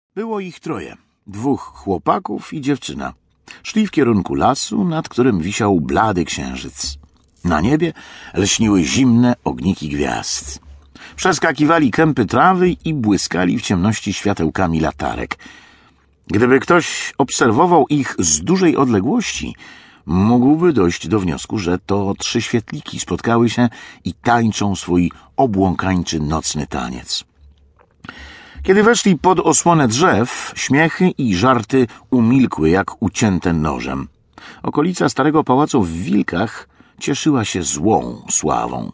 Było ich troje, 2 chłopaków i dziewczyna. Szli w kierunku lasu, nad którym wisiał blady księżyc. Na niebie lśniły zimne ogniki gwiazd. Przeskakiwali kępy trawy i błyskali w ciemności światełkami latarek. Gdyby ktoś obserwował ich z dużej odległości, mógłby dojść do wniosku, że to 3 świetliki spotkały się i tańczą swój obłąkańczy nocny taniec. Kiedy weszli pod osłonę drzew, śmiechy i żarty umilkły jak ucięte nożem. Okolica starego pałacu w Wilkach cieszyła się złą sławą.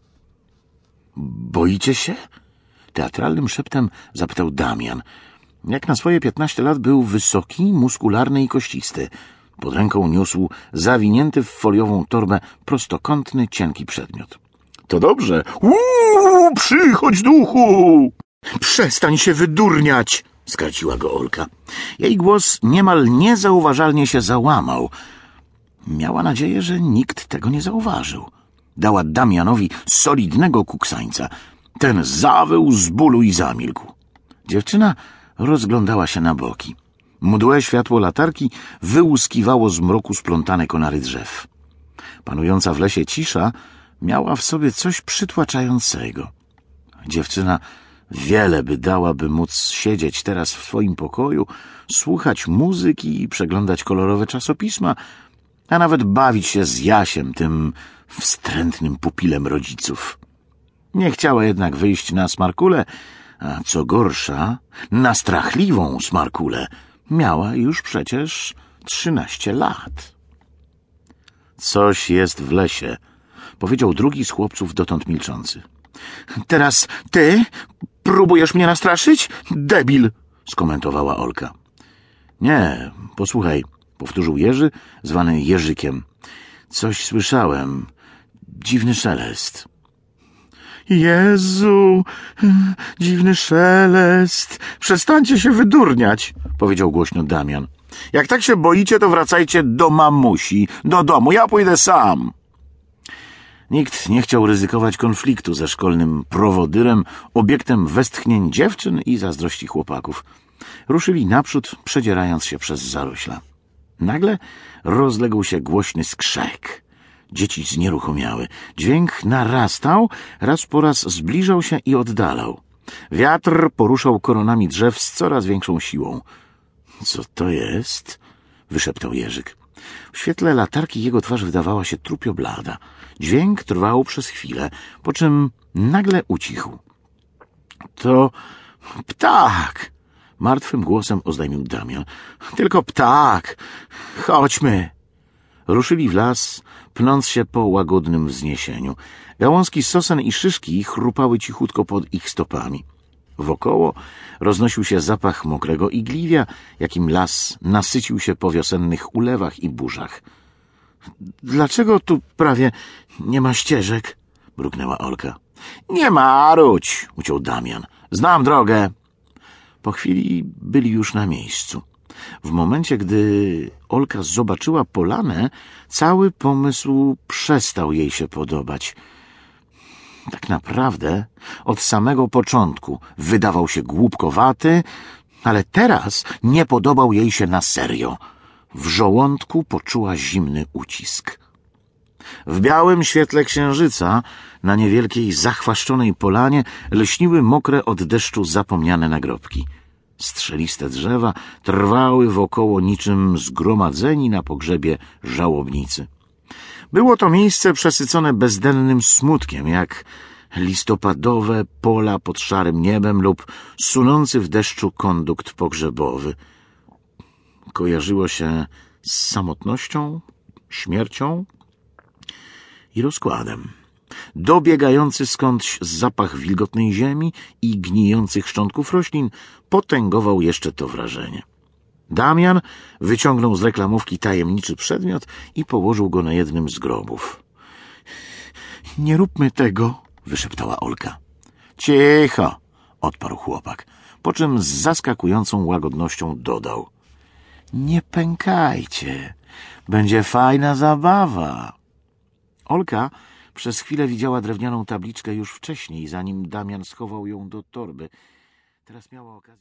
Boicie się? Teatralnym szeptem zapytał Damian. Jak na swoje 15 lat był wysoki, muskularny i kościsty. Pod ręką niósł zawinięty w foliową torbę prostokątny, cienki przedmiot. To dobrze. Przychodź, duchu! Przestań się wydurniać! Skarciła go Olka. Jej głos niemal niezauważalnie się załamał. Miała nadzieję, że nikt tego nie zauważył. Dała Damianowi solidnego kuksańca. Ten zawył z bólu i zamilkł. Dziewczyna rozglądała się na boki. Mdłe światło latarki wyłuskiwało z mroku splątane konary drzew. Panująca w lesie cisza miała w sobie coś przytłaczającego. Dziewczyna wiele by dała, by móc siedzieć teraz w swoim pokoju, słuchać muzyki i przeglądać kolorowe czasopisma, a nawet bawić się z Jasiem, tym wstrętnym pupilem rodziców. Nie chciała jednak wyjść na smarkulę, a co gorsza, na strachliwą smarkulę. Miała już przecież 13 lat. Coś jest w lesie, powiedział drugi z chłopców dotąd milczący. Teraz ty próbujesz mnie nastraszyć? Debil! Skomentowała Olka. Nie, posłuchaj, powtórzył Jerzy, zwany Jerzykiem. Coś słyszałem. Dziwny szelest. Jezu, dziwny szelest. Przestańcie się wydurniać, powiedział głośno Damian. Jak tak się boicie, to wracajcie do mamusi, do domu. Ja pójdę sam. Nikt nie chciał ryzykować konfliktu ze szkolnym prowodyrem, obiektem westchnień dziewczyn i zazdrości chłopaków. Ruszyli naprzód, przedzierając się przez zarośla. Nagle rozległ się głośny skrzek. Dzieci znieruchomiały. Dźwięk narastał, raz po raz zbliżał się i oddalał. Wiatr poruszał koronami drzew z coraz większą siłą. Co to jest? Wyszeptał Jerzyk. W świetle latarki jego twarz wydawała się trupio blada. Dźwięk trwał przez chwilę, po czym nagle ucichł. To ptak! Martwym głosem oznajmił Damian. Tylko ptak! Chodźmy! Ruszyli w las, pnąc się po łagodnym wzniesieniu. Gałązki sosen i szyszki chrupały cichutko pod ich stopami. Wokoło roznosił się zapach mokrego igliwia, jakim las nasycił się po wiosennych ulewach i burzach. Dlaczego tu prawie nie ma ścieżek? Mruknęła Olka. Nie marudź, uciął Damian. Znam drogę. Po chwili byli już na miejscu. W momencie, gdy Olka zobaczyła polanę, cały pomysł przestał jej się podobać. Tak naprawdę od samego początku wydawał się głupkowaty, ale teraz nie podobał jej się na serio. W żołądku poczuła zimny ucisk. W białym świetle księżyca na niewielkiej, zachwaszczonej polanie lśniły mokre od deszczu zapomniane nagrobki. Strzeliste drzewa trwały wokoło niczym zgromadzeni na pogrzebie żałobnicy. Było to miejsce przesycone bezdennym smutkiem, jak listopadowe pola pod szarym niebem lub sunący w deszczu kondukt pogrzebowy. Kojarzyło się z samotnością, śmiercią i rozkładem. Dobiegający skądś zapach wilgotnej ziemi i gnijących szczątków roślin potęgował jeszcze to wrażenie. Damian wyciągnął z reklamówki tajemniczy przedmiot i położył go na jednym z grobów. Nie róbmy tego, wyszeptała Olka. Cicho, odparł chłopak, po czym z zaskakującą łagodnością dodał. Nie pękajcie, będzie fajna zabawa. Olka przez chwilę widziała drewnianą tabliczkę już wcześniej, zanim Damian schował ją do torby. Teraz miała okazję